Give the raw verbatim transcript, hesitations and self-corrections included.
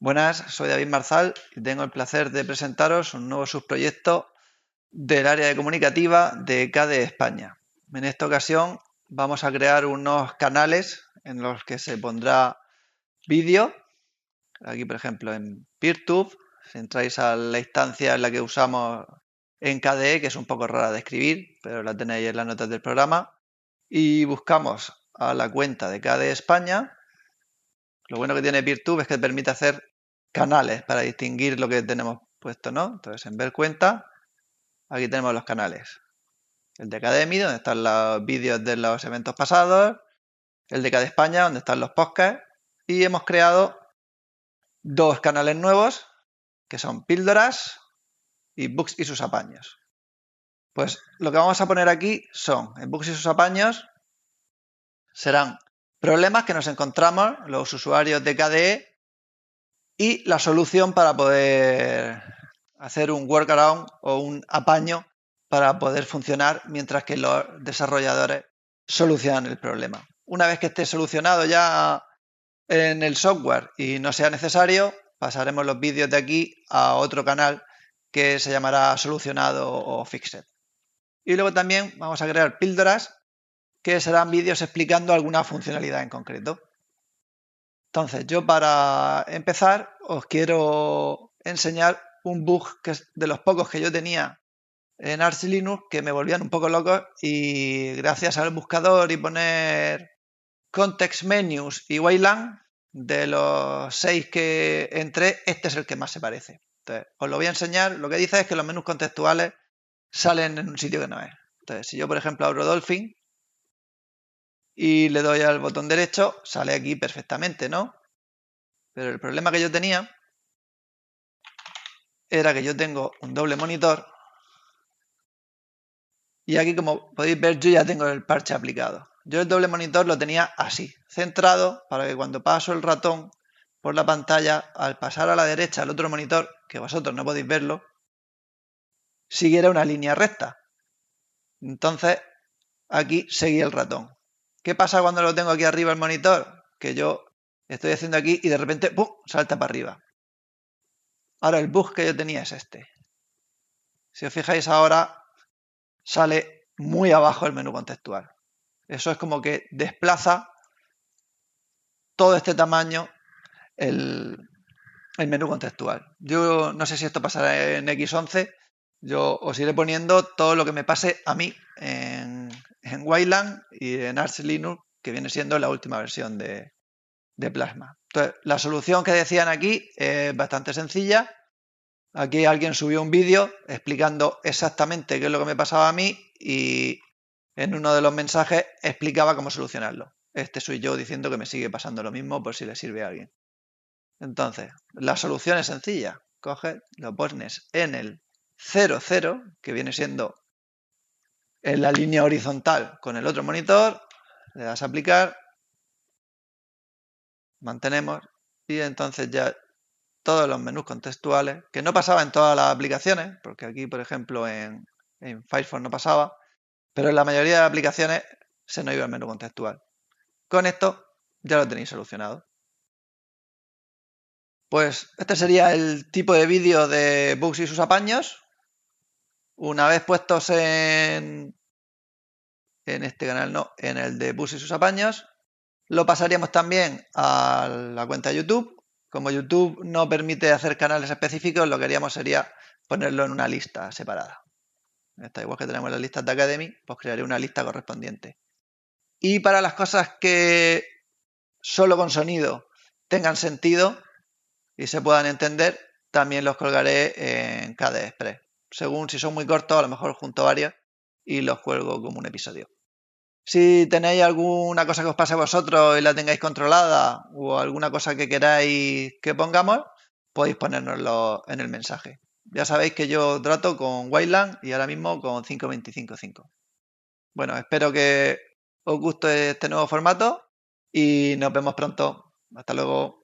Buenas, soy David Marzal y tengo el placer de presentaros un nuevo subproyecto del área de comunicativa de C A D E España. En esta ocasión vamos a crear unos canales en los que se pondrá vídeo. Aquí, por ejemplo, en PeerTube, si entráis a la instancia en la que usamos en C A D E, que es un poco rara de escribir, pero la tenéis en las notas del programa, y buscamos a la cuenta de C A D E España. Lo bueno que tiene PeerTube es que permite hacer canales para distinguir lo que tenemos puesto, ¿no? Entonces, en ver cuenta, aquí tenemos los canales. El de Academy, donde están los vídeos de los eventos pasados. El de C A D E España, donde están los podcasts. Y hemos creado dos canales nuevos, que son Píldoras y Books y sus apaños. Pues lo que vamos a poner aquí son, en Books y sus apaños, serán problemas que nos encontramos los usuarios de C A D E y la solución para poder hacer un workaround o un apaño para poder funcionar mientras que los desarrolladores solucionan el problema. Una vez que esté solucionado ya en el software y no sea necesario, pasaremos los vídeos de aquí a otro canal que se llamará Solucionado o Fixed. Y luego también vamos a crear píldoras que serán vídeos explicando alguna funcionalidad en concreto. Entonces, yo para empezar os quiero enseñar un bug que es de los pocos que yo tenía en Arch Linux que me volvían un poco locos y gracias al buscador y poner context menus y Wayland, de los seis que entré, este es el que más se parece. Entonces, os lo voy a enseñar. Lo que dice es que los menús contextuales salen en un sitio que no es. Entonces, si yo, por ejemplo, abro Dolphin y le doy al botón derecho, sale aquí perfectamente, ¿no? Pero el problema que yo tenía era que yo tengo un doble monitor y aquí, como podéis ver, yo ya tengo el parche aplicado. Yo el doble monitor lo tenía así, centrado, para que cuando paso el ratón por la pantalla, al pasar a la derecha al otro monitor, que vosotros no podéis verlo, siguiera una línea recta. Entonces, aquí seguía el ratón. ¿Qué pasa cuando lo tengo aquí arriba el monitor? Que yo estoy haciendo aquí y de repente, ¡pum!, salta para arriba. Ahora el bug que yo tenía es este. Si os fijáis ahora, sale muy abajo el menú contextual. Eso es como que desplaza todo este tamaño el, el menú contextual. Yo no sé si esto pasará en equis once. Yo os iré poniendo todo lo que me pase a mí en, en Wayland y en Arch Linux, que viene siendo la última versión de, de Plasma. Entonces, la solución que decían aquí es bastante sencilla. Aquí alguien subió un vídeo explicando exactamente qué es lo que me pasaba a mí y en uno de los mensajes explicaba cómo solucionarlo. Este soy yo diciendo que me sigue pasando lo mismo por si le sirve a alguien. Entonces, la solución es sencilla. Coges, lo pones en el cero cero, que viene siendo en la línea horizontal con el otro monitor, le das a aplicar, mantenemos y entonces ya todos los menús contextuales, que no pasaba en todas las aplicaciones, porque aquí, por ejemplo, en, en Firefox no pasaba, pero en la mayoría de las aplicaciones se nos iba el menú contextual. Con esto ya lo tenéis solucionado. Pues este sería el tipo de vídeo de bugs y sus apaños. Una vez puestos en, en este canal, no, en el de bugs y sus apaños, lo pasaríamos también a la cuenta de YouTube. Como YouTube no permite hacer canales específicos, lo que haríamos sería ponerlo en una lista separada. Está igual que tenemos las listas de Academy, pues crearé una lista correspondiente. Y para las cosas que solo con sonido tengan sentido y se puedan entender, también los colgaré en K D E Express. Según si son muy cortos, a lo mejor junto varios y los cuelgo como un episodio. Si tenéis alguna cosa que os pase a vosotros y la tengáis controlada o alguna cosa que queráis que pongamos, podéis ponérnoslo en el mensaje. Ya sabéis que yo trato con Wayland y ahora mismo con cinco punto veinticinco punto cinco. Bueno, espero que os guste este nuevo formato y nos vemos pronto. Hasta luego.